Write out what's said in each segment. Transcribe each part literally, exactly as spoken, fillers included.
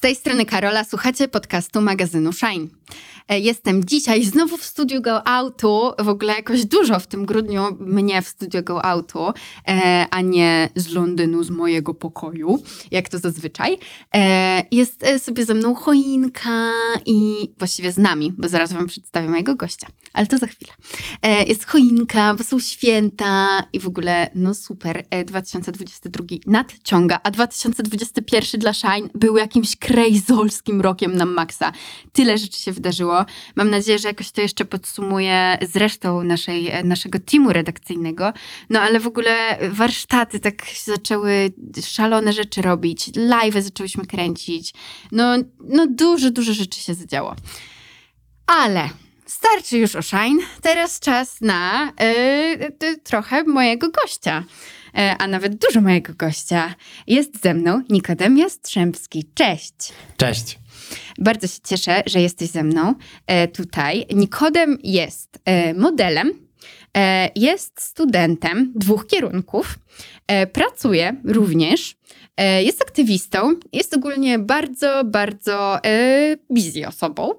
tej strony Karola, słuchacie podcastu magazynu Shine. Jestem dzisiaj znowu w studiu Go Outu, w ogóle jakoś dużo w tym grudniu mnie w studiu Go Outu, a nie z Londynu, z mojego pokoju, jak to zazwyczaj. Jest sobie ze mną choinka i właściwie z nami, bo zaraz wam przedstawię mojego gościa, ale to za chwilę. Jest choinka, bo są święta i w ogóle no super, dwa tysiące dwudziesty drugi nadciąga, a dwa tysiące dwudziesty pierwszy dla Shine był jakimś krejzolskim rokiem na maksa. Tyle rzeczy się wydarzyło. Mam nadzieję, że jakoś to jeszcze podsumuję z resztą naszej, naszego teamu redakcyjnego. No ale w ogóle warsztaty tak zaczęły szalone rzeczy robić. Live'y zaczęłyśmy kręcić. No, no dużo, dużo rzeczy się zadziało. Ale starczy już o Shine. Teraz czas na yy, trochę mojego gościa. A nawet dużo mojego gościa. Jest ze mną Nikodem Jastrzębski. Cześć. Cześć. Bardzo się cieszę, że jesteś ze mną e, tutaj. Nikodem jest e, modelem, e, jest studentem dwóch kierunków, e, pracuje również, e, jest aktywistą, jest ogólnie bardzo, bardzo e, busy osobą.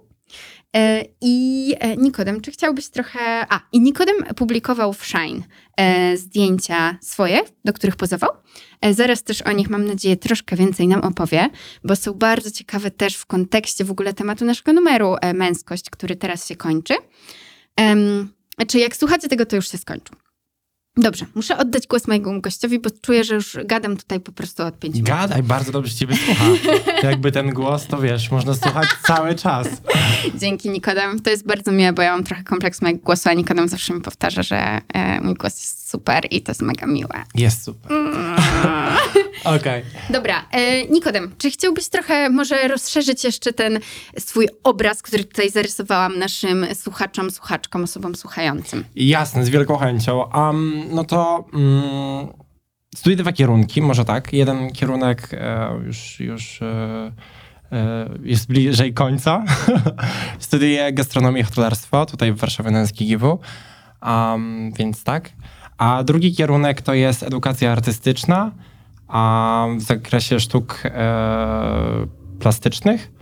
I Nikodem, czy chciałbyś trochę... A, i Nikodem publikował w Shine e, zdjęcia swoje, do których pozował. E, zaraz też o nich, mam nadzieję, troszkę więcej nam opowie, bo są bardzo ciekawe też w kontekście w ogóle tematu naszego numeru e, Męskość, który teraz się kończy. E, czy jak słuchacie tego, to już się skończył. Dobrze, muszę oddać głos mojemu gościowi, bo czuję, że już gadam tutaj po prostu od pięciu minut. Gadaj, bardzo dobrze ciebie słucha. Jakby ten głos, to wiesz, można słuchać cały czas. Dzięki, Nikodem. To jest bardzo miłe, bo ja mam trochę kompleks mojego głosu, a Nikodem zawsze mi powtarza, że e, mój głos jest super i to jest mega miłe. Jest super. Okej. Okay. Dobra, e, Nikodem, czy chciałbyś trochę może rozszerzyć jeszcze ten swój obraz, który tutaj zarysowałam naszym słuchaczom, słuchaczkom, osobom słuchającym? Jasne, z wielką chęcią. Um, no to um, studiuję dwa kierunki, może tak. Jeden kierunek e, już, już e, e, jest bliżej końca. Studiuję gastronomię i hotelarstwo tutaj w Warszawie na S G G W, um, więc tak. A drugi kierunek to jest edukacja artystyczna, a w zakresie sztuk e, plastycznych.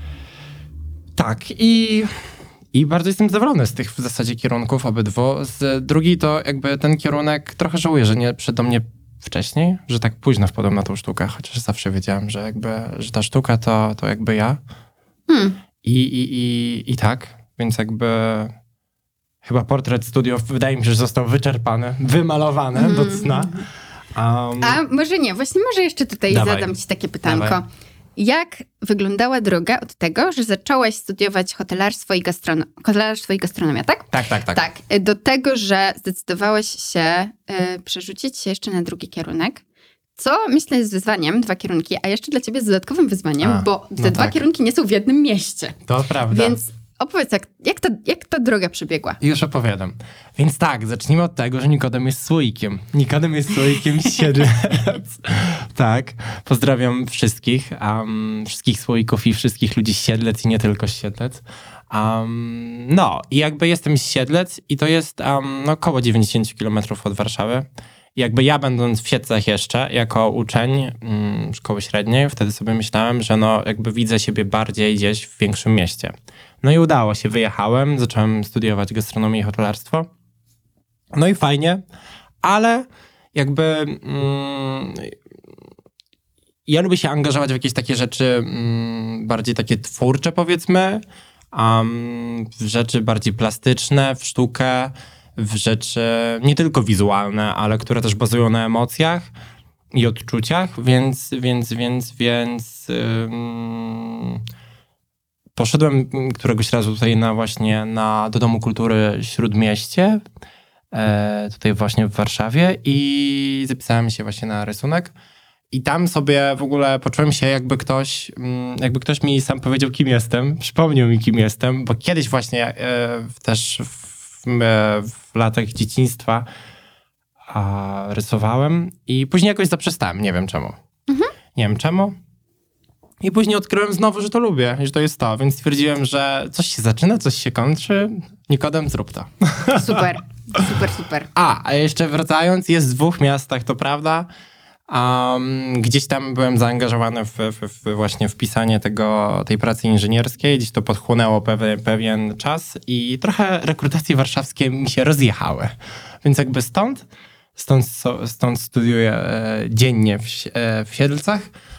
Tak, i, i bardzo jestem zadowolony z tych w zasadzie kierunków obydwu. Z drugi to jakby ten kierunek trochę żałuję, że nie przyszedł do mnie wcześniej, że tak późno wpadłem na tą sztukę, chociaż zawsze wiedziałem, że jakby, że ta sztuka to, to jakby ja. Hmm. I, i, i, I tak, więc jakby chyba portret studio wydaje mi się, że został wyczerpany, wymalowany hmm. do cna. Um, A może nie, właśnie może jeszcze tutaj dawaj, zadam ci takie pytanko. dawaj. Jak wyglądała droga od tego, że zacząłeś studiować hotelarstwo i, gastrono- hotelarstwo i gastronomię, tak? Tak, tak, tak. Tak, do tego, że zdecydowałeś się y, przerzucić się jeszcze na drugi kierunek, co myślę jest wyzwaniem, dwa kierunki, a jeszcze dla ciebie jest dodatkowym wyzwaniem, a, bo te no dwa tak. kierunki nie są w jednym mieście. To prawda. Więc opowiedz, jak, jak, ta, jak ta droga przebiegła? Już opowiadam. Więc tak, zacznijmy od tego, że Nikodem jest słoikiem. Nikodem jest słoikiem z Siedlec. Tak, pozdrawiam wszystkich, um, wszystkich słoików i wszystkich ludzi z Siedlec i nie tylko z Siedlec. Um, no i jakby jestem z Siedlec i to jest um, no, około dziewięćdziesiąt kilometrów od Warszawy. I jakby ja będąc w Siedlcach jeszcze, jako uczeń um, szkoły średniej, wtedy sobie myślałem, że no jakby widzę siebie bardziej gdzieś w większym mieście. No i udało się, wyjechałem, zacząłem studiować gastronomię i hotelarstwo. No i fajnie, ale jakby mm, ja lubię się angażować w jakieś takie rzeczy mm, bardziej takie twórcze, powiedzmy, um, w rzeczy bardziej plastyczne, w sztukę, w rzeczy nie tylko wizualne, ale które też bazują na emocjach i odczuciach, więc, więc, więc, więc ym, poszedłem któregoś razu tutaj na właśnie na, do Domu Kultury Śródmieście, e, tutaj właśnie w Warszawie i zapisałem się właśnie na rysunek. I tam sobie w ogóle poczułem się jakby ktoś, jakby ktoś mi sam powiedział, kim jestem, przypomniał mi, kim jestem, bo kiedyś właśnie e, też w, w latach dzieciństwa a, rysowałem i później jakoś zaprzestałem, nie wiem czemu. Mhm. Nie wiem czemu. I później odkryłem znowu, że to lubię, że to jest to, więc stwierdziłem, że coś się zaczyna, coś się kończy. Nikodem, zrób to. Super, super, super. A, a jeszcze wracając, jest w dwóch miastach, to prawda. Um, gdzieś tam byłem zaangażowany w, w, w właśnie w pisanie tego, tej pracy inżynierskiej, gdzieś to podchłonęło pewien, pewien czas i trochę rekrutacje warszawskie mi się rozjechały. Więc jakby stąd, stąd, stąd studiuję e, dziennie w, e, w Siedlcach.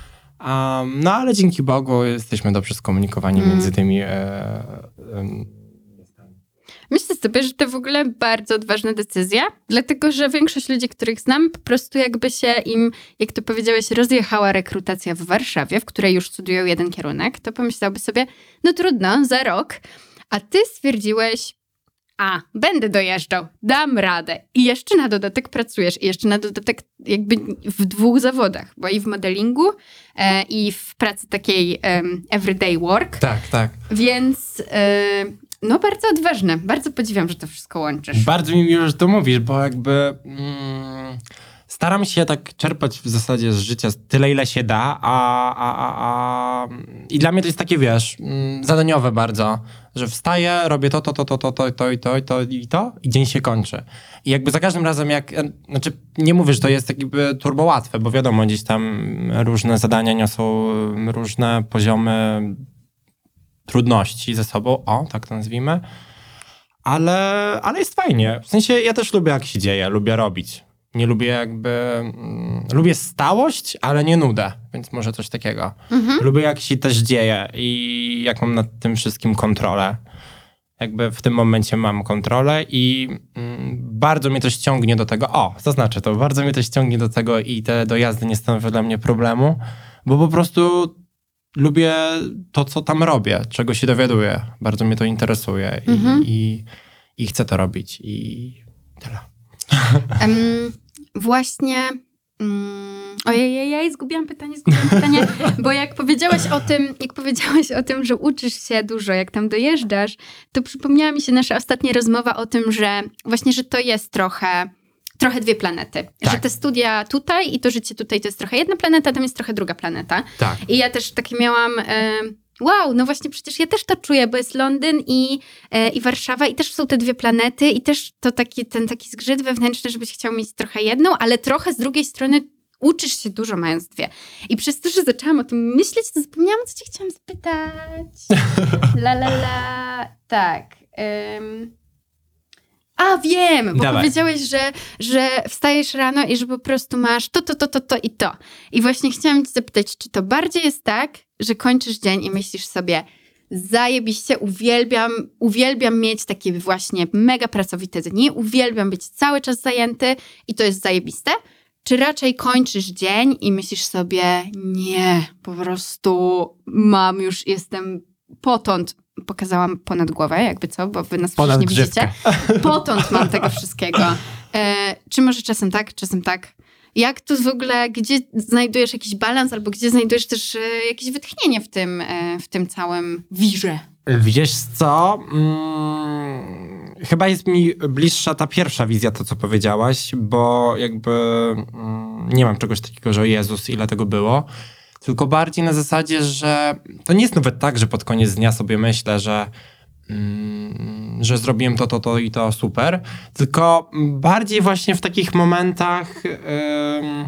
Um, no ale dzięki Bogu jesteśmy dobrze skomunikowani mm. między tymi e, e, Myślę sobie, że to w ogóle bardzo odważna decyzja, dlatego że większość ludzi, których znam, po prostu jakby się im, jak to powiedziałeś, rozjechała rekrutacja w Warszawie, w której już studiują jeden kierunek, to pomyślałby sobie, no trudno, za rok. A ty stwierdziłeś, a, będę dojeżdżał, dam radę. I jeszcze na dodatek pracujesz. I jeszcze na dodatek jakby w dwóch zawodach, bo i w modelingu e, i w pracy takiej um, everyday work. Tak, tak. Więc... E, No bardzo odważne. Bardzo podziwiam, że to wszystko łączysz. Bardzo mi miło, że to mówisz, bo jakby mm, staram się tak czerpać w zasadzie z życia tyle, ile się da, a, a, a, a i dla mnie to jest takie, wiesz, mm, zadaniowe bardzo, że wstaję, robię to, to, to, to, to, to, to i to, i to, i to i dzień się kończy. I jakby za każdym razem, jak, znaczy nie mówię, że to jest jakby turbo łatwe, bo wiadomo, gdzieś tam różne zadania niosą różne poziomy trudności ze sobą, o, tak to nazwijmy, ale, ale jest fajnie. W sensie ja też lubię, jak się dzieje, lubię robić. Nie lubię jakby... Mm, lubię stałość, ale nie nudę, więc może coś takiego. Mhm. Lubię, jak się też dzieje i jak mam nad tym wszystkim kontrolę. Jakby w tym momencie mam kontrolę i mm, bardzo mnie to ściągnie do tego, o, zaznaczę to, bardzo mnie to ściągnie do tego i te dojazdy nie stanowią dla mnie problemu, bo po prostu lubię to, co tam robię, czego się dowiaduję. Bardzo mnie to interesuje i, mhm. i, i chcę to robić i tyle. Um, właśnie... Um, ojej, ja zgubiłam pytanie, zgubiłam pytanie, bo jak powiedziałeś o tym, jak powiedziałeś o tym, że uczysz się dużo, jak tam dojeżdżasz, to przypomniała mi się nasza ostatnia rozmowa o tym, że właśnie, że to jest trochę... Trochę dwie planety. Tak. Że te studia tutaj i to życie tutaj to jest trochę jedna planeta, tam jest trochę druga planeta. Tak. I ja też takie miałam, e, wow, no właśnie przecież ja też to czuję, bo jest Londyn i, e, i Warszawa i też są te dwie planety i też to taki, ten taki zgrzyt wewnętrzny, żebyś chciał mieć trochę jedną, ale trochę z drugiej strony uczysz się dużo mając dwie. I przez to, że zaczęłam o tym myśleć, to zapomniałam, co cię chciałam zapytać. La la la. Tak. Um. A, wiem, bo Dawaj. Powiedziałeś, że, że wstajesz rano i że po prostu masz to, to, to, to, to i to. I właśnie chciałam cię zapytać, czy to bardziej jest tak, że kończysz dzień i myślisz sobie, zajebiście, uwielbiam, uwielbiam mieć takie właśnie mega pracowite dni, uwielbiam być cały czas zajęty i to jest zajebiste? Czy raczej kończysz dzień i myślisz sobie, nie, po prostu mam już, jestem potąd, pokazałam ponad głowę, jakby co, bo wy nas przecież nie widzicie. Potąd mam tego wszystkiego. E, czy może czasem tak, czasem tak. Jak to w ogóle, gdzie znajdujesz jakiś balans, albo gdzie znajdujesz też e, jakieś wytchnienie w tym, e, w tym całym wirze? Wiesz co? Hmm, chyba jest mi bliższa ta pierwsza wizja, to co powiedziałaś, bo jakby hmm, nie mam czegoś takiego, że o Jezus, ile tego było. Tylko bardziej na zasadzie, że to nie jest nawet tak, że pod koniec dnia sobie myślę, że, mm, że zrobiłem to, to, to i to super. Tylko bardziej właśnie w takich momentach ym,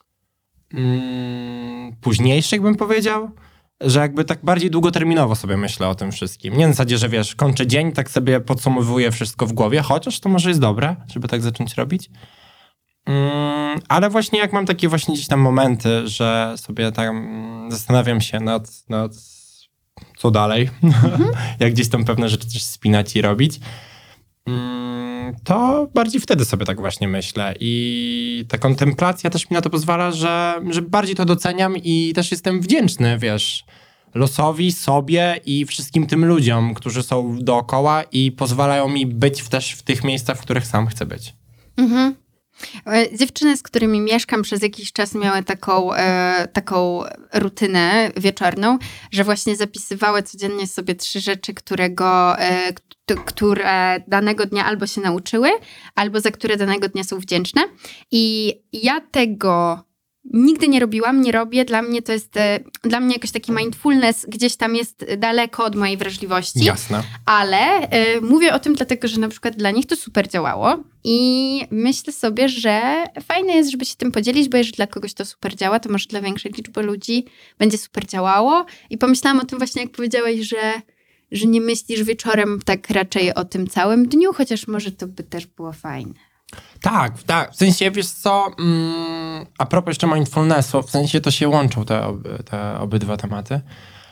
ym, późniejszych bym powiedział, że jakby tak bardziej długoterminowo sobie myślę o tym wszystkim. Nie na zasadzie, że wiesz, kończę dzień, tak sobie podsumowuję wszystko w głowie, chociaż to może jest dobre, żeby tak zacząć robić. Mm, ale właśnie jak mam takie właśnie gdzieś tam momenty, że sobie tam zastanawiam się nad, nad co dalej, mhm. jak gdzieś tam pewne rzeczy też spinać i robić, mm, to bardziej wtedy sobie tak właśnie myślę i ta kontemplacja też mi na to pozwala, że, że bardziej to doceniam i też jestem wdzięczny, wiesz, losowi, sobie i wszystkim tym ludziom, którzy są dookoła i pozwalają mi być w, też w tych miejscach, w których sam chcę być. Mhm. Dziewczyny, z którymi mieszkam przez jakiś czas, miały taką, e, taką rutynę wieczorną, że właśnie zapisywały codziennie sobie trzy rzeczy, którego, e, k- które danego dnia albo się nauczyły, albo za które danego dnia są wdzięczne. I ja tego nigdy nie robiłam, nie robię. Dla mnie to jest, e, dla mnie jakoś taki mindfulness gdzieś tam jest daleko od mojej wrażliwości. Jasne. Ale e, mówię o tym dlatego, że na przykład dla nich to super działało i myślę sobie, że fajne jest, żeby się tym podzielić, bo jeżeli dla kogoś to super działa, to może dla większej liczby ludzi będzie super działało. I pomyślałam o tym właśnie, jak powiedziałeś, że, że nie myślisz wieczorem tak raczej o tym całym dniu, chociaż może to by też było fajne. Tak, tak. W sensie, wiesz co, mm, a propos jeszcze mindfulnessu, w sensie to się łączą te, ob, te obydwa tematy.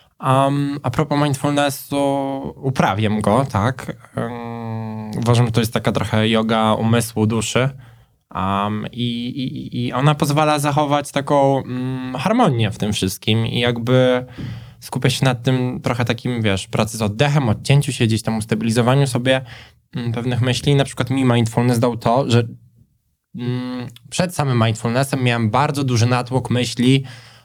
Um, a propos mindfulnessu, uprawiam go, tak. Um, uważam, że to jest taka trochę yoga umysłu, duszy. Um, i, i, I ona pozwala zachować taką um, harmonię w tym wszystkim i jakby skupia się nad tym trochę takim, wiesz, pracy z oddechem, odcięciu się, gdzieś tam ustabilizowaniu sobie um, pewnych myśli. Na przykład mi mindfulness dał to, że um, przed samym mindfulnessem miałem bardzo duży natłok myśli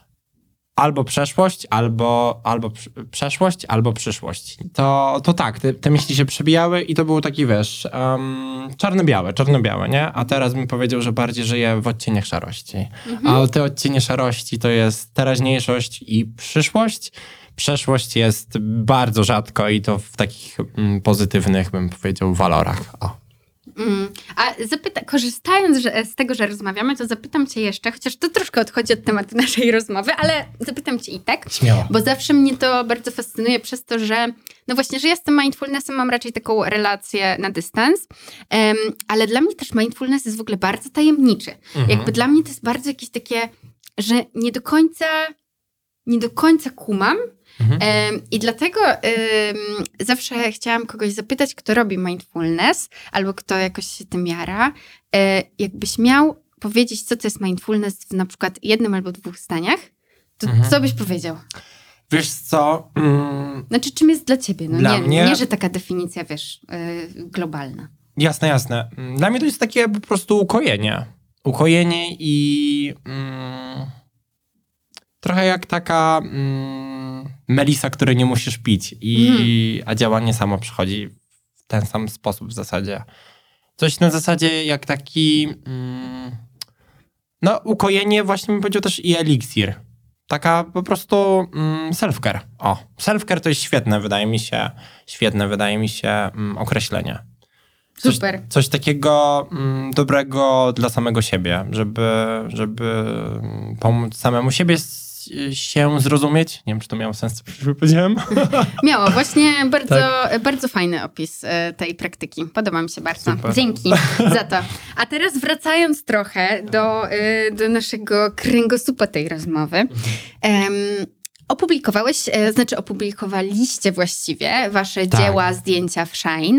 albo przeszłość, albo, albo przeszłość, albo przyszłość. To, to tak, te, te myśli się przebijały i to był taki, wiesz, um, czarno-białe, czarno-białe, nie? A teraz bym powiedział, że bardziej żyję w odcieniach szarości. Mhm. A te odcienie szarości to jest teraźniejszość i przyszłość. Przeszłość jest bardzo rzadko i to w takich mm, pozytywnych, bym powiedział, walorach. O. Mm. A zapyta, korzystając że, z tego, że rozmawiamy, to zapytam cię jeszcze, chociaż to troszkę odchodzi od tematu naszej rozmowy, ale zapytam cię i tak. Śmiało. Bo zawsze mnie to bardzo fascynuje przez to, że no właśnie, że ja z tym mindfulnessem mam raczej taką relację na dystans, um, ale dla mnie też mindfulness jest w ogóle bardzo tajemniczy. Mhm. Jakby dla mnie to jest bardzo jakieś takie, że nie do końca, nie do końca kumam. Mhm. Um, I dlatego um, zawsze chciałam kogoś zapytać, kto robi mindfulness, albo kto jakoś się tym jara. E, jakbyś miał powiedzieć, co to jest mindfulness w na przykład jednym albo dwóch zdaniach, to mhm. co byś powiedział? Wiesz co? Mm, znaczy, czym jest dla ciebie? No dla nie, mnie... nie, że taka definicja, wiesz, yy, globalna. Jasne, jasne. Dla mnie to jest takie po prostu ukojenie. Ukojenie i... Mm, trochę jak taka mm, melisa, której nie musisz pić, i, mm. a działanie samo przychodzi w ten sam sposób w zasadzie. Coś na zasadzie jak taki mm, no ukojenie, właśnie bym powiedział też i eliksir. Taka po prostu mm, self-care. O, self-care to jest świetne, wydaje mi się, świetne, wydaje mi się mm, określenie. Coś, Super. Coś takiego mm, dobrego dla samego siebie, żeby, żeby pomóc samemu siebie się zrozumieć. Nie wiem, czy to miało sens, co powiedziałem. Miało. Właśnie bardzo, tak. bardzo fajny opis tej praktyki. Podoba mi się bardzo. Super. Dzięki za to. A teraz wracając trochę do, do naszego kręgosłupa tej rozmowy. Um, Opublikowałeś, znaczy opublikowaliście właściwie wasze tak. dzieła, zdjęcia w Shine,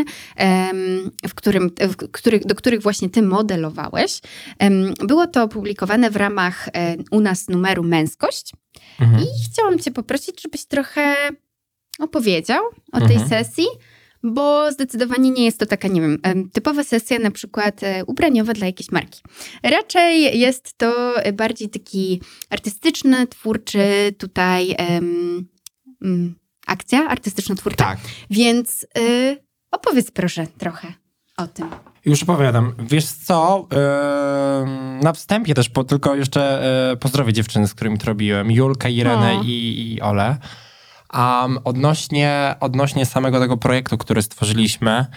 w którym, w których, do których właśnie ty modelowałeś. Było to opublikowane w ramach u nas numeru Męskość. Mhm. I chciałam cię poprosić, żebyś trochę opowiedział o tej mhm. sesji, bo zdecydowanie nie jest to taka, nie wiem, typowa sesja na przykład ubraniowa dla jakiejś marki. Raczej jest to bardziej taki artystyczny, twórczy tutaj um, um, akcja artystyczno-twórcza. Tak. Więc y, opowiedz proszę trochę o tym. Już opowiadam. Wiesz co, yy, na wstępie też, po, tylko jeszcze yy, pozdrowię dziewczyny, z którymi to robiłem. Julkę, Irenę i, i Olę. Um, odnośnie, odnośnie samego tego projektu, który stworzyliśmy,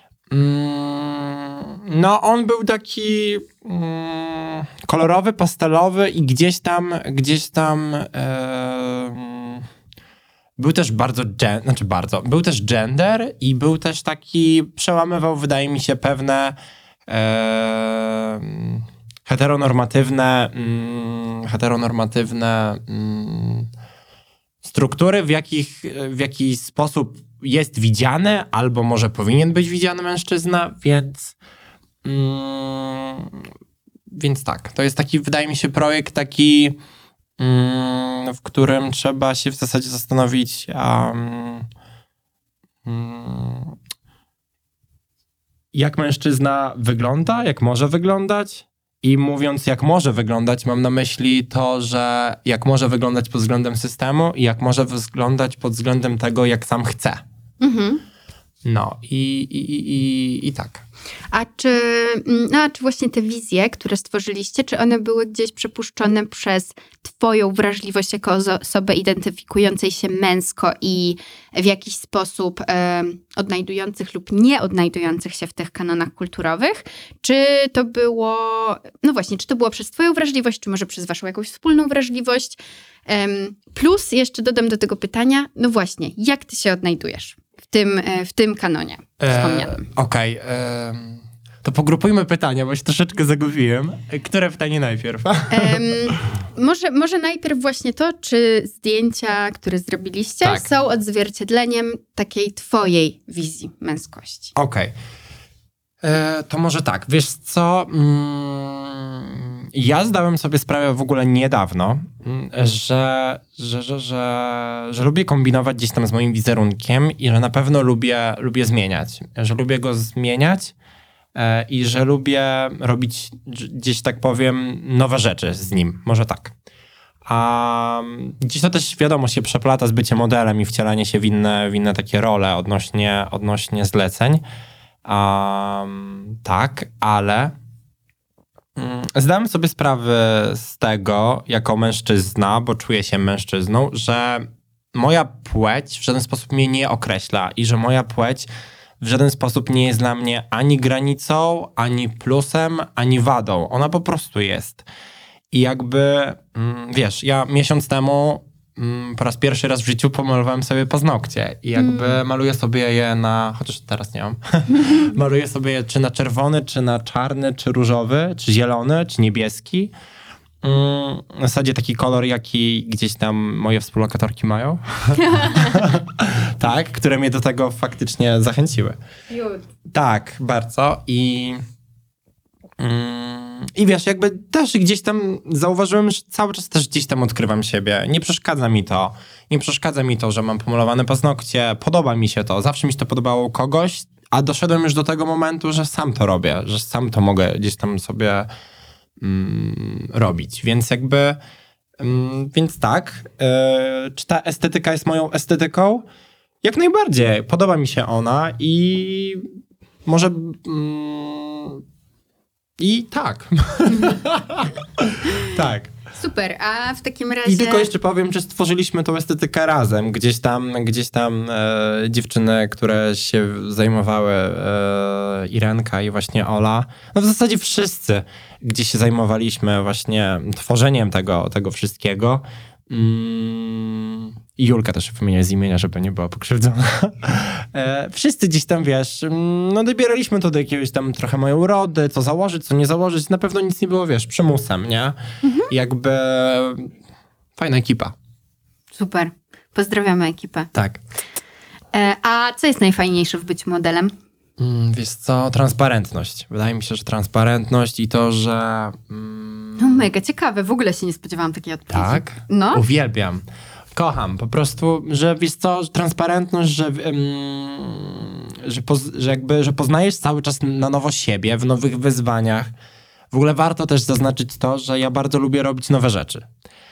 mm, no on był taki mm, kolorowy, pastelowy i gdzieś tam, gdzieś tam e, był też bardzo, gen, znaczy bardzo, był też gender i był też taki, przełamywał, wydaje mi się, pewne e, heteronormatywne, mm, heteronormatywne mm, struktury, w, jakich, w jaki sposób jest widziany, albo może powinien być widziany mężczyzna, więc mm, więc tak, to jest taki, wydaje mi się, projekt taki, mm, w którym trzeba się w zasadzie zastanowić, um, um, jak mężczyzna wygląda, jak może wyglądać. I mówiąc, jak może wyglądać, mam na myśli to, że jak może wyglądać pod względem systemu i jak może wyglądać pod względem tego, jak sam chce. Mhm. No i, i, i, i tak. A czy, no, a czy właśnie te wizje, które stworzyliście, czy one były gdzieś przepuszczone przez twoją wrażliwość jako osobę identyfikującej się męsko i w jakiś sposób e, odnajdujących lub nie odnajdujących się w tych kanonach kulturowych? Czy to było, no właśnie, czy to było przez twoją wrażliwość, czy może przez waszą jakąś wspólną wrażliwość? E, plus jeszcze dodam do tego pytania, no właśnie, jak ty się odnajdujesz w tym, w tym kanonie wspomnianym? E, Okej, okay, to pogrupujmy pytania, bo się troszeczkę zagubiłem. Które pytanie najpierw? Um, może, może najpierw właśnie to, czy zdjęcia, które zrobiliście, tak, są odzwierciedleniem takiej twojej wizji męskości. Okej. Okay. To może tak, wiesz co, mm, ja zdałem sobie sprawę w ogóle niedawno, że, że, że, że, że lubię kombinować gdzieś tam z moim wizerunkiem i że na pewno lubię, lubię zmieniać, że lubię go zmieniać e, i że lubię robić gdzieś, tak powiem, nowe rzeczy z nim, może tak. A gdzieś to też wiadomo się przeplata z byciem modelem i wcielanie się w inne, w inne takie role odnośnie, odnośnie zleceń. Um, tak, ale um, zdałem sobie sprawę z tego, jako mężczyzna, bo czuję się mężczyzną, że moja płeć w żaden sposób mnie nie określa i że moja płeć w żaden sposób nie jest dla mnie ani granicą, ani plusem, ani wadą. Ona po prostu jest. I jakby, um, wiesz, ja miesiąc temu po raz pierwszy raz w życiu pomalowałem sobie paznokcie i jakby mm. maluję sobie je na, chociaż teraz nie mam, maluję sobie je czy na czerwony, czy na czarny, czy różowy, czy zielony, czy niebieski. Mm, w zasadzie taki kolor, jaki gdzieś tam moje współlokatorki mają. Tak, które mnie do tego faktycznie zachęciły. Jut. Tak, bardzo. I... Mm, I wiesz, jakby też gdzieś tam zauważyłem, że cały czas też gdzieś tam odkrywam siebie. Nie przeszkadza mi to. Nie przeszkadza mi to, że mam pomalowane paznokcie. Podoba mi się to. Zawsze mi się to podobało u kogoś, a doszedłem już do tego momentu, że sam to robię. Że sam to mogę gdzieś tam sobie mm, robić. Więc jakby, mm, więc tak. Yy, czy ta estetyka jest moją estetyką? Jak najbardziej. Podoba mi się ona i może... Mm, I tak. Tak. Super, a w takim razie... I tylko jeszcze powiem, że stworzyliśmy tą estetykę razem. Gdzieś tam, gdzieś tam e, dziewczyny, które się zajmowały, e, Irenka i właśnie Ola, no w zasadzie wszyscy, gdzie się zajmowaliśmy właśnie tworzeniem tego, tego wszystkiego. Mm, I Julka też wymienię z imienia, żeby nie była pokrzywdzona. E, wszyscy gdzieś tam, wiesz, no dobieraliśmy to do jakiegoś tam trochę mojej urody, co założyć, co nie założyć. Na pewno nic nie było, wiesz, przymusem, nie? Mhm. Jakby fajna ekipa. Super. Pozdrawiamy ekipę. Tak. E, a co jest najfajniejsze w byciu modelem? Mm, wiesz co, transparentność. Wydaje mi się, że transparentność i to, że... Mm, no mega ciekawe. W ogóle się nie spodziewałam takiej odpowiedzi. Tak? No. Uwielbiam. Kocham po prostu, że wiesz co, transparentność, że, um, że, poz, że jakby, że poznajesz cały czas na nowo siebie w nowych wyzwaniach. W ogóle warto też zaznaczyć to, że ja bardzo lubię robić nowe rzeczy.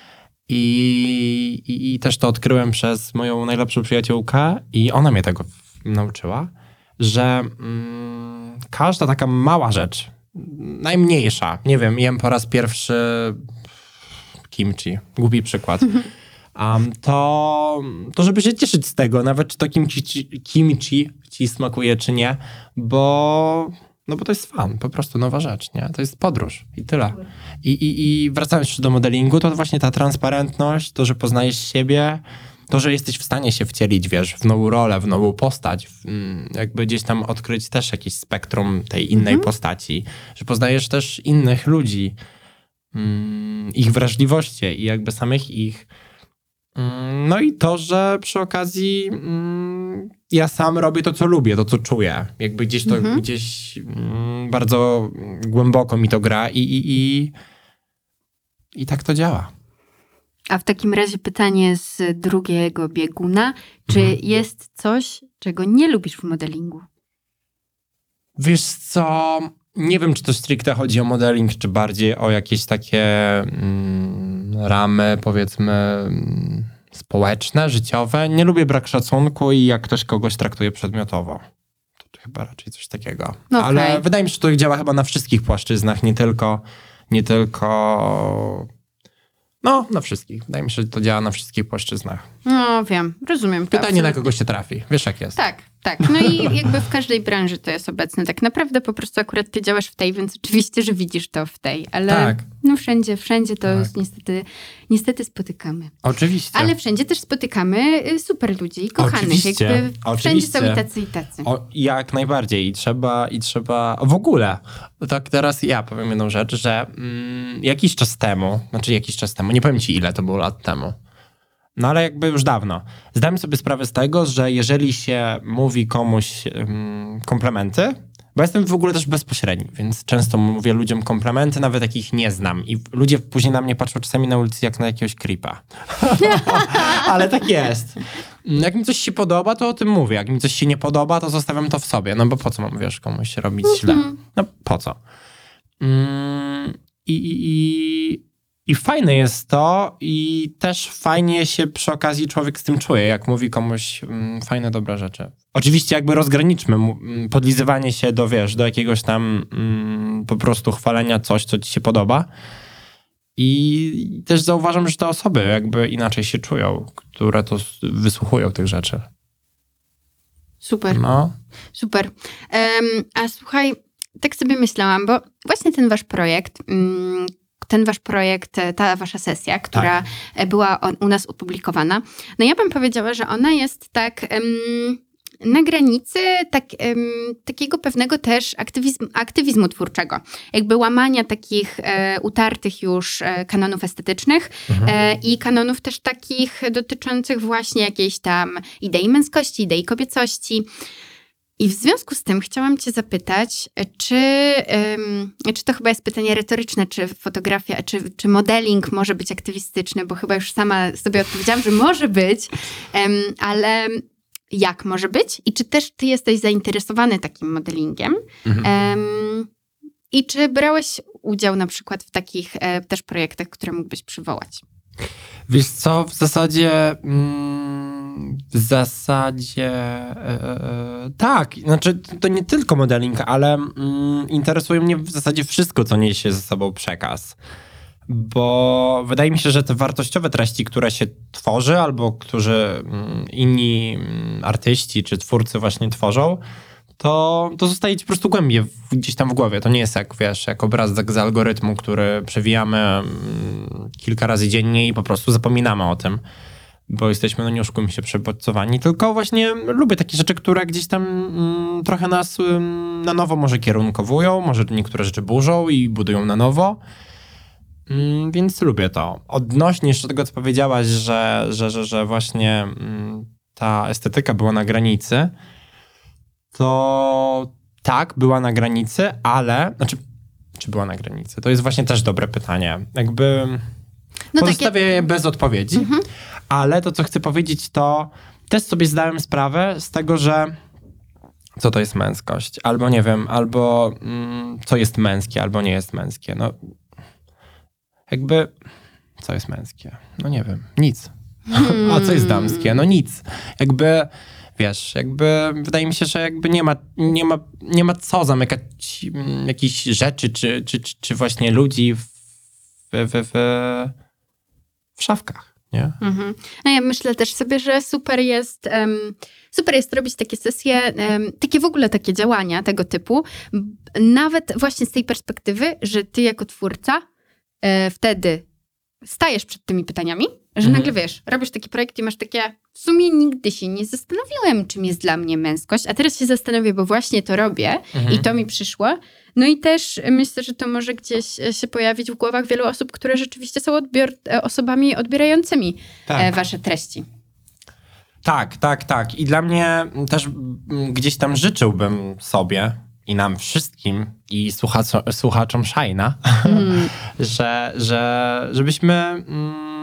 I, i, i też to odkryłem przez moją najlepszą przyjaciółkę i ona mnie tego nauczyła, że um, każda taka mała rzecz, najmniejsza, nie wiem, jem po raz pierwszy kimchi, głupi przykład, Um, to, to żeby się cieszyć z tego, nawet czy to kimchi, kimchi ci smakuje, czy nie, bo, no bo to jest fan, po prostu nowa rzecz, nie? To jest podróż i tyle. I, i, i wracając jeszcze do modelingu, to właśnie ta transparentność, to, że poznajesz siebie, to, że jesteś w stanie się wcielić, wiesz, w nową rolę, w nową postać, w, jakby gdzieś tam odkryć też jakieś spektrum tej innej mhm. postaci, że poznajesz też innych ludzi, mm, ich wrażliwości i jakby samych ich. No i to, że przy okazji mm, ja sam robię to, co lubię, to, co czuję. Jakby gdzieś to, mhm. gdzieś mm, bardzo głęboko mi to gra i, i, i, i tak to działa. A w takim razie pytanie z drugiego bieguna. Czy mhm. jest coś, czego nie lubisz w modelingu? Wiesz co, nie wiem, czy to stricte chodzi o modeling, czy bardziej o jakieś takie mm, ramy, powiedzmy, mm, społeczne, życiowe. Nie lubię brak szacunku i jak ktoś kogoś traktuje przedmiotowo. To chyba raczej coś takiego. Okay. Ale wydaje mi się, że to działa chyba na wszystkich płaszczyznach, nie tylko, nie tylko... No, na wszystkich. Wydaje mi się, że to działa na wszystkich płaszczyznach. No, wiem. Rozumiem to. Pytanie, absolutnie. na kogo się trafi. Wiesz, jak jest. Tak, tak. No i jakby w każdej branży to jest obecne. Tak naprawdę po prostu akurat ty działasz w tej, więc oczywiście, że widzisz to w tej. Ale Tak. no wszędzie, wszędzie to Tak. jest niestety, niestety spotykamy. Oczywiście. Ale wszędzie też spotykamy y, super ludzi, kochanych. Oczywiście. Jakby wszędzie Oczywiście. są i tacy i tacy. O, jak najbardziej. I trzeba, i trzeba... W ogóle, tak teraz ja powiem jedną rzecz, że mm, jakiś czas temu, znaczy jakiś czas temu, nie powiem ci ile to było lat temu, no ale jakby już dawno, zdałem sobie sprawę z tego, że jeżeli się mówi komuś um, komplementy, bo jestem w ogóle też bezpośredni, więc często mówię ludziom komplementy, nawet jakich nie znam. I ludzie później na mnie patrzą czasami na ulicy jak na jakiegoś creepa. Ale tak jest. Jak mi coś się podoba, to o tym mówię. Jak mi coś się nie podoba, to zostawiam to w sobie. No bo po co mam, wiesz, komuś robić źle? No po co? Mm, i, i, i, I fajne jest to i też fajnie się przy okazji człowiek z tym czuje, jak mówi komuś mm, fajne, dobre rzeczy. Oczywiście jakby rozgraniczmy mu, mm, podlizywanie się do, wiesz, do jakiegoś tam mm, po prostu chwalenia coś, co ci się podoba. I też zauważam, że te osoby jakby inaczej się czują, które to s- wysłuchują tych rzeczy. Super, No. super. Um, a słuchaj, tak sobie myślałam, bo właśnie ten wasz projekt, mm, ten wasz projekt, ta wasza sesja, która tak. była on, u nas opublikowana, no ja bym powiedziała, że ona jest tak um, na granicy tak, um, takiego pewnego też aktywizm, aktywizmu twórczego. Jakby łamania takich e, utartych już e, kanonów estetycznych mhm. e, i kanonów też takich dotyczących właśnie jakiejś tam idei męskości, idei kobiecości. I w związku z tym chciałam cię zapytać, czy, um, czy to chyba jest pytanie retoryczne, czy fotografia, czy, czy modeling może być aktywistyczny, bo chyba już sama sobie odpowiedziałam, że może być, um, ale jak może być? I czy też ty jesteś zainteresowany takim modelingiem? Mhm. Um, I czy brałeś udział na przykład w takich e, też projektach, które mógłbyś przywołać? Wiesz co, w zasadzie mm, w zasadzie e, tak, znaczy to nie tylko modeling, ale mm, interesuje mnie w zasadzie wszystko, co niesie ze sobą przekaz. Bo wydaje mi się, że te wartościowe treści, które się tworzy albo którzy mm, inni mm, artyści czy twórcy właśnie tworzą, to, to zostaje ci po prostu głębiej w, gdzieś tam w głowie. To nie jest jak, wiesz, jak obrazek z algorytmu, który przewijamy mm, kilka razy dziennie i po prostu zapominamy o tym, bo jesteśmy, no nie oszukujmy się, przebodźcowani. Tylko właśnie lubię takie rzeczy, które gdzieś tam mm, trochę nas mm, na nowo może kierunkowują, może niektóre rzeczy burzą i budują na nowo. Mm, więc lubię to. Odnośnie jeszcze tego, co powiedziałaś, że, że, że, że właśnie mm, ta estetyka była na granicy, to tak, była na granicy, ale... Znaczy, czy była na granicy? To jest właśnie też dobre pytanie. Jakby no pozostawię takie... je bez odpowiedzi, mhm. ale to, co chcę powiedzieć, to też sobie zdałem sprawę z tego, że co to jest męskość, albo nie wiem, albo mm, co jest męskie, albo nie jest męskie. No jakby, co jest męskie? No nie wiem, nic. Hmm. A co jest damskie? No nic. Jakby... Wiesz, jakby wydaje mi się, że jakby nie ma, nie ma, nie ma co zamykać jakichś rzeczy, czy, czy, czy, czy właśnie ludzi w, w, w, w szafkach, nie? Mhm. No ja myślę też sobie, że super jest, um, super jest robić takie sesje, um, takie w ogóle takie działania tego typu, nawet właśnie z tej perspektywy, że ty jako twórca e, wtedy stajesz przed tymi pytaniami, że mhm. nagle wiesz, robisz taki projekt i masz takie, w sumie nigdy się nie zastanowiłem, czym jest dla mnie męskość, a teraz się zastanowię, bo właśnie to robię mhm. i to mi przyszło. No i też myślę, że to może gdzieś się pojawić w głowach wielu osób, które rzeczywiście są odbior, osobami odbierającymi tak. wasze treści. Tak, tak, tak. I dla mnie też gdzieś tam życzyłbym sobie i nam wszystkim i słuchaczom, słuchaczom Shine'a, mm. że, że żebyśmy... Mm,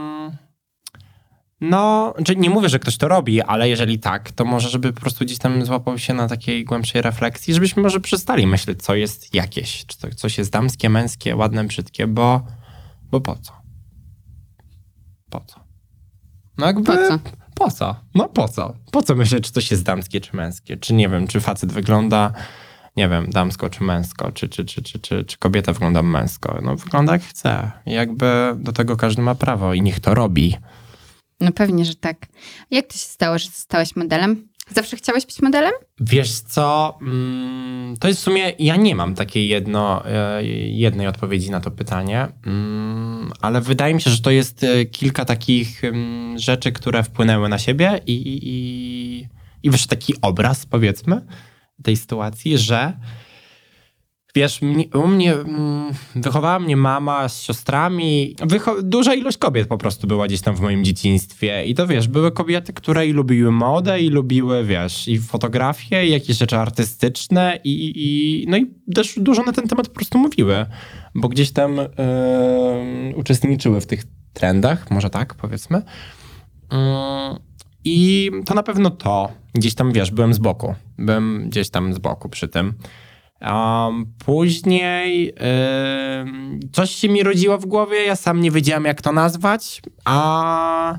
no, czyli nie mówię, że ktoś to robi, ale jeżeli tak, to może, żeby po prostu gdzieś tam złapał się na takiej głębszej refleksji, żebyśmy może przestali myśleć, co jest jakieś, czy to, coś jest damskie, męskie, ładne, brzydkie, bo, bo po co? Po co? No jakby... Po co? po co? No po co? Po co myśleć, czy coś jest damskie, czy męskie? Czy nie wiem, czy facet wygląda, nie wiem, damsko, czy męsko? Czy, czy, czy, czy, czy, czy kobieta wygląda męsko? No wygląda jak chce. Jakby do tego każdy ma prawo i niech to robi. No pewnie, że tak. Jak to się stało, że zostałaś modelem? Zawsze chciałeś być modelem? Wiesz co, mm, to jest w sumie, ja nie mam takiej jedno, e, jednej odpowiedzi na to pytanie, mm, ale wydaje mi się, że to jest e, kilka takich mm, rzeczy, które wpłynęły na siebie i, i, i, i wyszedł taki obraz, powiedzmy, tej sytuacji, że wiesz, mnie, u mnie mm, wychowała mnie mama z siostrami. Wycho- duża ilość kobiet po prostu była gdzieś tam w moim dzieciństwie. I to wiesz, były kobiety, które i lubiły modę, i lubiły, wiesz, i fotografię, i jakieś rzeczy artystyczne, i, i, i no i też dużo na ten temat po prostu mówiły. Bo gdzieś tam yy, uczestniczyły w tych trendach, może tak powiedzmy. Yy, I to na pewno to. Gdzieś tam, wiesz, byłem z boku. Byłem gdzieś tam z boku przy tym. Um, później yy, coś się mi rodziło w głowie, ja sam nie wiedziałem, jak to nazwać, a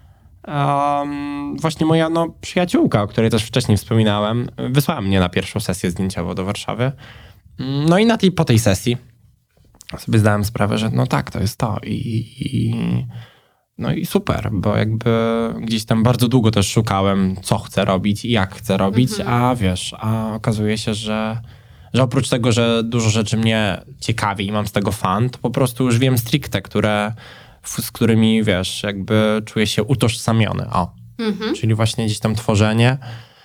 um, właśnie moja no, przyjaciółka, o której też wcześniej wspominałem, wysłała mnie na pierwszą sesję zdjęciową do Warszawy. No i na tej, po tej sesji sobie zdałem sprawę, że no tak, to jest to i, i no i super, bo jakby gdzieś tam bardzo długo też szukałem, co chcę robić i jak chcę robić, mhm. a wiesz, a okazuje się, że że oprócz tego, że dużo rzeczy mnie ciekawi i mam z tego fan, to po prostu już wiem stricte, które, z którymi, wiesz, jakby czuję się utożsamiony. O. Mhm. Czyli właśnie gdzieś tam tworzenie,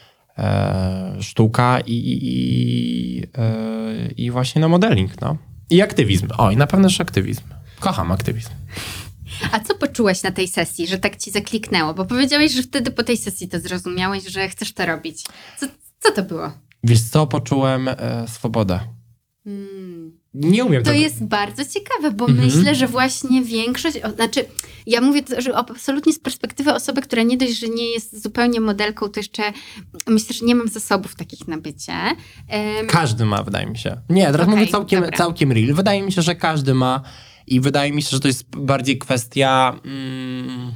e, sztuka i, i, i, e, i właśnie no modeling, no. I aktywizm. O, i na pewno też aktywizm. Kocham aktywizm. A co poczułeś na tej sesji, że tak ci zakliknęło? Bo powiedziałeś, że wtedy po tej sesji to zrozumiałeś, że chcesz to robić. Co, co to było? Wiesz co, poczułem e, swobodę. Hmm. Nie umiem to tego. jest bardzo ciekawe, bo mm-hmm. myślę, że właśnie większość, o, znaczy ja mówię to, że absolutnie z perspektywy osoby, która nie dość, że nie jest zupełnie modelką, to jeszcze myślę, że nie mam zasobów takich na bycie. Um, każdy ma, wydaje mi się. Nie, teraz okay, mówię całkiem, całkiem real. Wydaje mi się, że każdy ma i wydaje mi się, że to jest bardziej kwestia mm,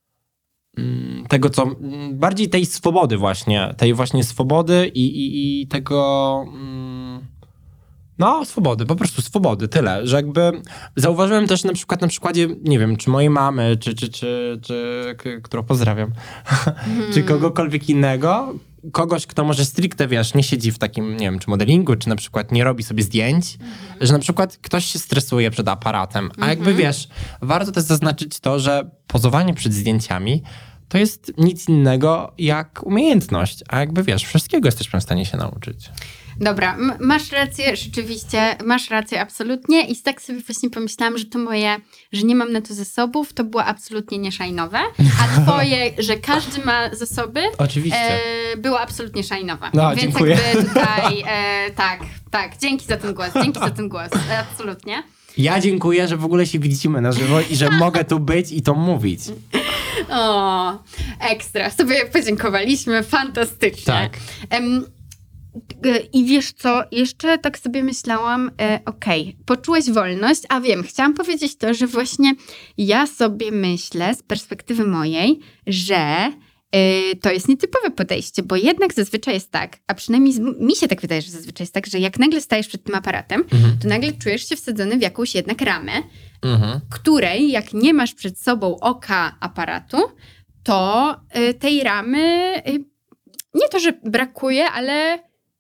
tego, co bardziej tej swobody właśnie, tej właśnie swobody i, i, i tego no, swobody, po prostu swobody, tyle, że jakby zauważyłem też na przykład na przykładzie, nie wiem, czy mojej mamy, czy, czy, czy, czy k- którą pozdrawiam, hmm. czy kogokolwiek innego, kogoś, kto może stricte, wiesz, nie siedzi w takim, nie wiem, czy modelingu, czy na przykład nie robi sobie zdjęć, mm-hmm. że na przykład ktoś się stresuje przed aparatem, a mm-hmm. jakby, wiesz, warto też zaznaczyć to, że pozowanie przed zdjęciami to jest nic innego jak umiejętność, a jakby, wiesz, wszystkiego jesteśmy w stanie się nauczyć. Dobra, m- masz rację, rzeczywiście, masz rację absolutnie i tak sobie właśnie pomyślałam, że to moje, że nie mam na to zasobów, to było absolutnie nieszajnowe, a twoje, że każdy ma zasoby, oczywiście. E, było absolutnie szajnowe. No, więc dziękuję. jakby tutaj, e, tak, tak, dzięki za ten głos, dzięki za ten głos, e, absolutnie. Ja dziękuję, że w ogóle się widzimy na żywo i że mogę tu być i to mówić. O, ekstra, sobie podziękowaliśmy, fantastycznie. Tak. Um, I wiesz co, jeszcze tak sobie myślałam, e, okej, okay, poczułeś wolność, a wiem, chciałam powiedzieć to, że właśnie ja sobie myślę z perspektywy mojej, że e, to jest nietypowe podejście, bo jednak zazwyczaj jest tak, a przynajmniej z, mi się tak wydaje, że zazwyczaj jest tak, że jak nagle stajesz przed tym aparatem, mhm. to nagle czujesz się wsadzony w jakąś jednak ramę, mhm. której jak nie masz przed sobą oka aparatu, to e, tej ramy e, nie to, że brakuje, ale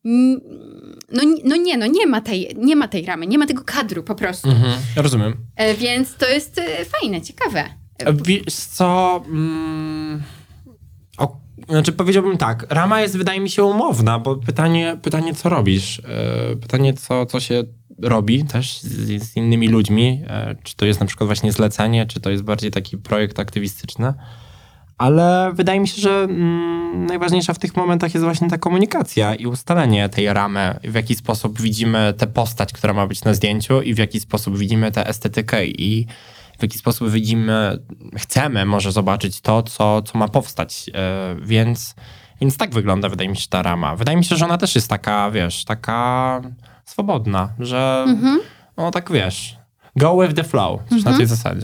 No, no nie, no nie ma, tej, nie ma tej ramy, nie ma tego kadru po prostu. Mhm, rozumiem. E, więc to jest e, fajne, ciekawe. Wiesz co, mm, o, znaczy powiedziałbym tak, rama jest, wydaje mi się, umowna, bo pytanie, pytanie co robisz, e, pytanie co, co się robi też z, z innymi ludźmi, e, czy to jest na przykład właśnie zlecenie, czy to jest bardziej taki projekt aktywistyczny. Ale wydaje mi się, że mm, najważniejsza w tych momentach jest właśnie ta komunikacja i ustalenie tej ramy, w jaki sposób widzimy tę postać, która ma być na zdjęciu i w jaki sposób widzimy tę estetykę i w jaki sposób widzimy, chcemy może zobaczyć to, co, co ma powstać. Yy, więc, więc tak wygląda, wydaje mi się, ta rama. Wydaje mi się, że ona też jest taka, wiesz, taka swobodna, że mhm. no tak, wiesz, go with the flow, mhm. na tej zasadzie.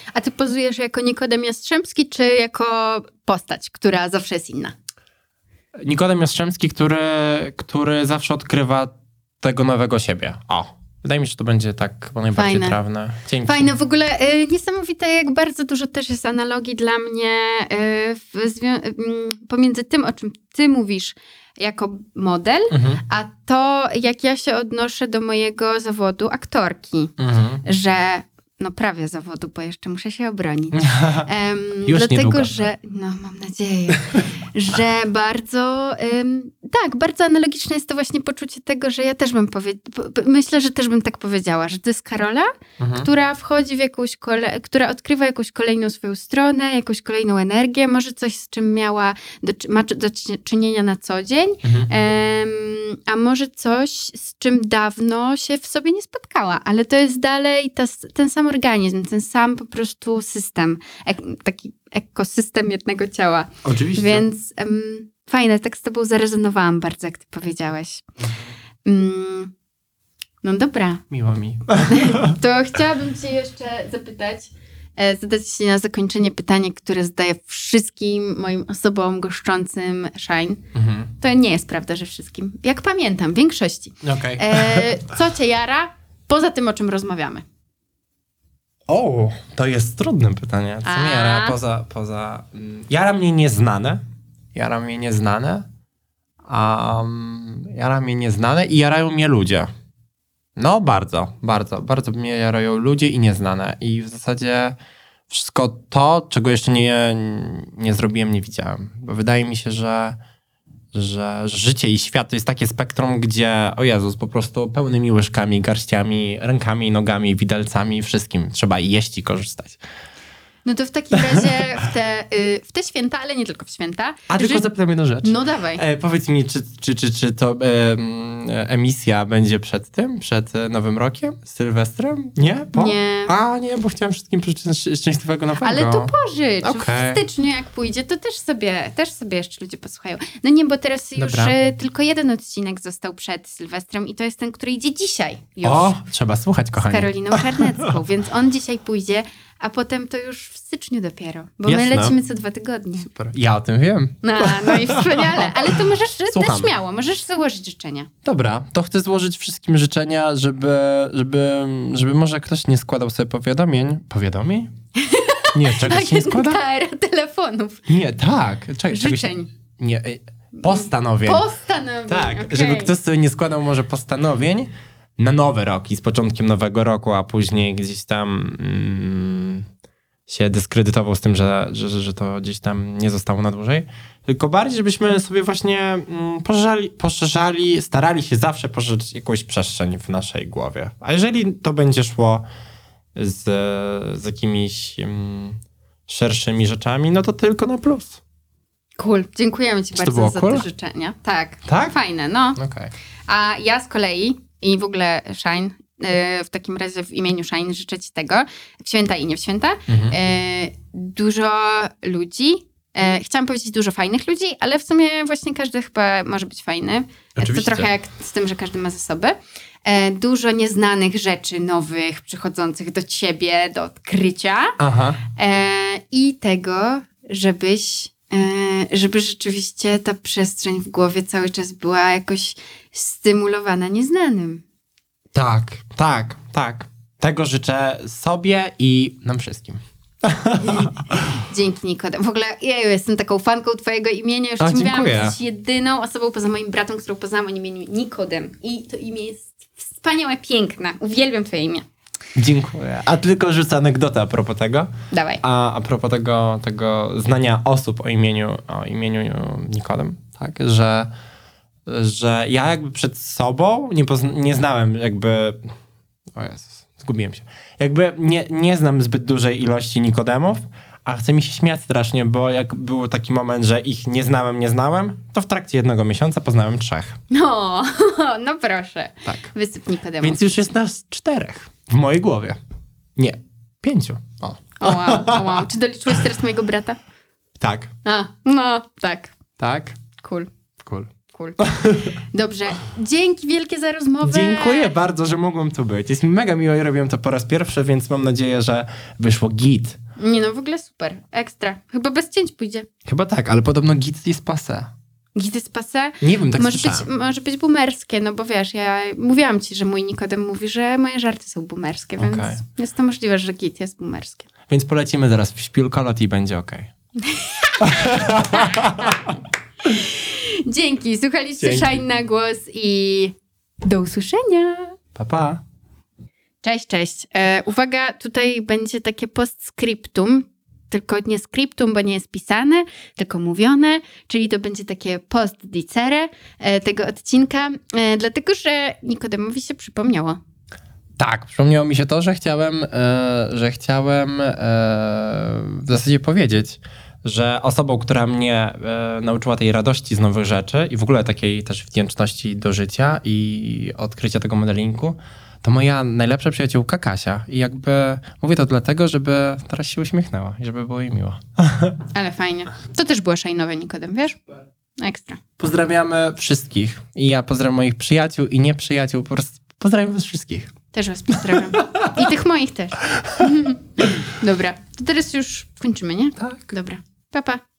A ty pozujesz jako Nikodem Jastrzębski, czy jako postać, która zawsze jest inna? Nikodem Jastrzębski, który, który zawsze odkrywa tego nowego siebie. O, wydaje mi się, że to będzie tak chyba najbardziej Fajne. trawne. Dzięki. Fajne, w ogóle y, niesamowite, jak bardzo dużo też jest analogii dla mnie y, w zwią- y, pomiędzy tym, o czym ty mówisz jako model, Mhm. a to, jak ja się odnoszę do mojego zawodu aktorki. Mhm. Że, no prawie zawodu, bo jeszcze muszę się obronić. Em, Już dlatego, niedługo. że, no mam nadzieję, że bardzo, em, tak, bardzo analogiczne jest to właśnie poczucie tego, że ja też bym powiedziała, myślę, że też bym tak powiedziała, że to jest Karola, Mhm. która wchodzi w jakąś, kole- która odkrywa jakąś kolejną swoją stronę, jakąś kolejną energię, może coś, z czym miała do, ma do czynienia na co dzień, Mhm. em, a może coś, z czym dawno się w sobie nie spotkała, ale to jest dalej ta, ten sam organizm, ten sam po prostu system, ek, taki ekosystem jednego ciała. Oczywiście. Więc em, fajne, tak z tobą zarezonowałam bardzo, jak ty powiedziałeś. Mm, no dobra, Miło mi. to chciałabym cię jeszcze zapytać, e, zadać ci na zakończenie pytanie, które zadaję wszystkim moim osobom goszczącym Shine. Mhm. To nie jest prawda, że wszystkim. Jak pamiętam, większości. Okej. E, co cię jara, poza tym, o czym rozmawiamy? O, to jest trudne pytanie. Co A. mnie jara poza... poza mm, jara mnie nieznane. Jara mnie nieznane. Um, jara mnie nieznane i jarają mnie ludzie. No bardzo, bardzo. Bardzo mnie jarają ludzie i nieznane. I w zasadzie wszystko to, czego jeszcze nie, nie zrobiłem, nie widziałem. Bo wydaje mi się, że, że życie i świat to jest takie spektrum, gdzie, o Jezus, po prostu pełnymi łyżkami, garściami, rękami, nogami, widelcami, wszystkim trzeba jeść i korzystać. No to w takim razie w te, y, w te święta, ale nie tylko w święta. A tylko ży- zapytam jedną rzecz. No dawaj. E, powiedz mi, czy, czy, czy, czy to e, m, emisja będzie przed tym, przed e, Nowym Rokiem, Sylwestrem? Nie? Po? Nie. A, nie, bo chciałem wszystkim życzyć szcz- szczęśliwego nowego. Ale to pożycz. Okej. W styczniu jak pójdzie, to też sobie, też sobie jeszcze ludzie posłuchają. No nie, bo teraz już Dobra. y, tylko jeden odcinek został przed Sylwestrem i to jest ten, który idzie dzisiaj już. O, trzeba słuchać, Z kochani. Karoliną Czarnecką, więc on dzisiaj pójdzie, a potem to już w styczniu dopiero, bo Jasne. my lecimy co dwa tygodnie. Super. Ja o tym wiem. No, no i wspaniale, ale to możesz Słucham. też śmiało, możesz założyć życzenia. Dobra, to chcę złożyć wszystkim życzenia, żeby, żeby, żeby może ktoś nie składał sobie powiadomień. Powiadomień? Nie, czegoś się nie składa? Ta era telefonów, Nie, tak. Cze- czegoś, życzeń, nie, ej, postanowień. postanowień. Tak, okej. żeby ktoś sobie nie składał może postanowień na nowy rok i z początkiem nowego roku, a później gdzieś tam mm, się dyskredytował z tym, że, że, że to gdzieś tam nie zostało na dłużej. Tylko bardziej, żebyśmy sobie właśnie mm, poszerzali, poszerzali, starali się zawsze poszerzyć jakąś przestrzeń w naszej głowie. A jeżeli to będzie szło z, z jakimiś mm, szerszymi rzeczami, no to tylko na plus. Cool, dziękujemy ci Czy to bardzo było za cool? te życzenia. Tak, Tak? fajne, no. Okej. A ja z kolei i w ogóle Shine, y, w takim razie w imieniu Shine życzę ci tego, w święta i nie w święta, Mhm. y, dużo ludzi, y, chciałam powiedzieć dużo fajnych ludzi, ale w sumie właśnie każdy chyba może być fajny. Oczywiście. To trochę jak z tym, że każdy ma zasoby. Y, dużo nieznanych rzeczy, nowych, przychodzących do ciebie, do odkrycia Aha. y, i tego, żebyś y, żeby rzeczywiście ta przestrzeń w głowie cały czas była jakoś stymulowana nieznanym. Tak, tak, tak. Tego życzę sobie i nam wszystkim. Dzięki, Nikodem. W ogóle ja jestem taką fanką twojego imienia. Już A, ci mówiłam, dziękuję. jesteś jedyną osobą poza moim bratem, którą poznałam o imieniu Nikodem. I to imię jest wspaniałe, piękne. Uwielbiam twoje imię. Dziękuję. A tylko rzucę anegdotę a propos tego. Dawaj. A, a propos tego, tego znania osób o imieniu, o imieniu Nikodem, tak? Że, że ja jakby przed sobą nie, pozna- nie znałem jakby... O Jezus, zgubiłem się. Jakby nie, nie znam zbyt dużej ilości Nikodemów, a chce mi się śmiać strasznie, bo jak był taki moment, że ich nie znałem, nie znałem, to w trakcie jednego miesiąca poznałem trzech. No, no proszę. Tak. Wysyp Nikodemu. Więc już jest nas czterech w mojej głowie. Nie, pięciu. O. O wow, o wow. Czy doliczyłeś teraz mojego brata? Tak, A, no, tak. tak, Cool, cool. cool. Dobrze. Dzięki wielkie za rozmowę. Dziękuję bardzo, że mogłem tu być. Jest mi mega miło i robiłem to po raz pierwszy, więc mam nadzieję, że wyszło git. Nie no, w ogóle super. Ekstra. Chyba bez cięć pójdzie. Chyba tak, ale podobno git jest passé. Git jest passé? Nie wiem, tak może być, słyszałem. może być boomerskie, no bo wiesz, ja mówiłam ci, że mój Nikodem mówi, że moje żarty są boomerskie, więc Okej. jest to możliwe, że git jest boomerskie. Więc polecimy zaraz w śpiulkolot i będzie okej. Dzięki, słuchaliście Dzięki. Shine na głos i do usłyszenia. Pa, pa. Cześć, cześć. E, uwaga, tutaj będzie takie postscriptum, tylko nie scriptum, bo nie jest pisane, tylko mówione, czyli to będzie takie post dicere e, tego odcinka, e, dlatego że Nikodemowi się przypomniało. Tak, przypomniało mi się to, że chciałem, e, że chciałem e, w zasadzie powiedzieć, że osobą, która mnie e, nauczyła tej radości z nowych rzeczy i w ogóle takiej też wdzięczności do życia i odkrycia tego modelingu, to moja najlepsza przyjaciółka Kasia. I jakby mówię to dlatego, żeby teraz się uśmiechnęła i żeby było jej miło. Ale fajnie. To też było szajnowe, Nikodem, wiesz? Ekstra. Pozdrawiamy wszystkich. I ja pozdrawiam moich przyjaciół i nieprzyjaciół. Po prostu pozdrawiam was wszystkich. Też was pozdrawiam. I tych moich też. Dobra, to teraz już kończymy, nie? Tak. Dobra. Pa, pa.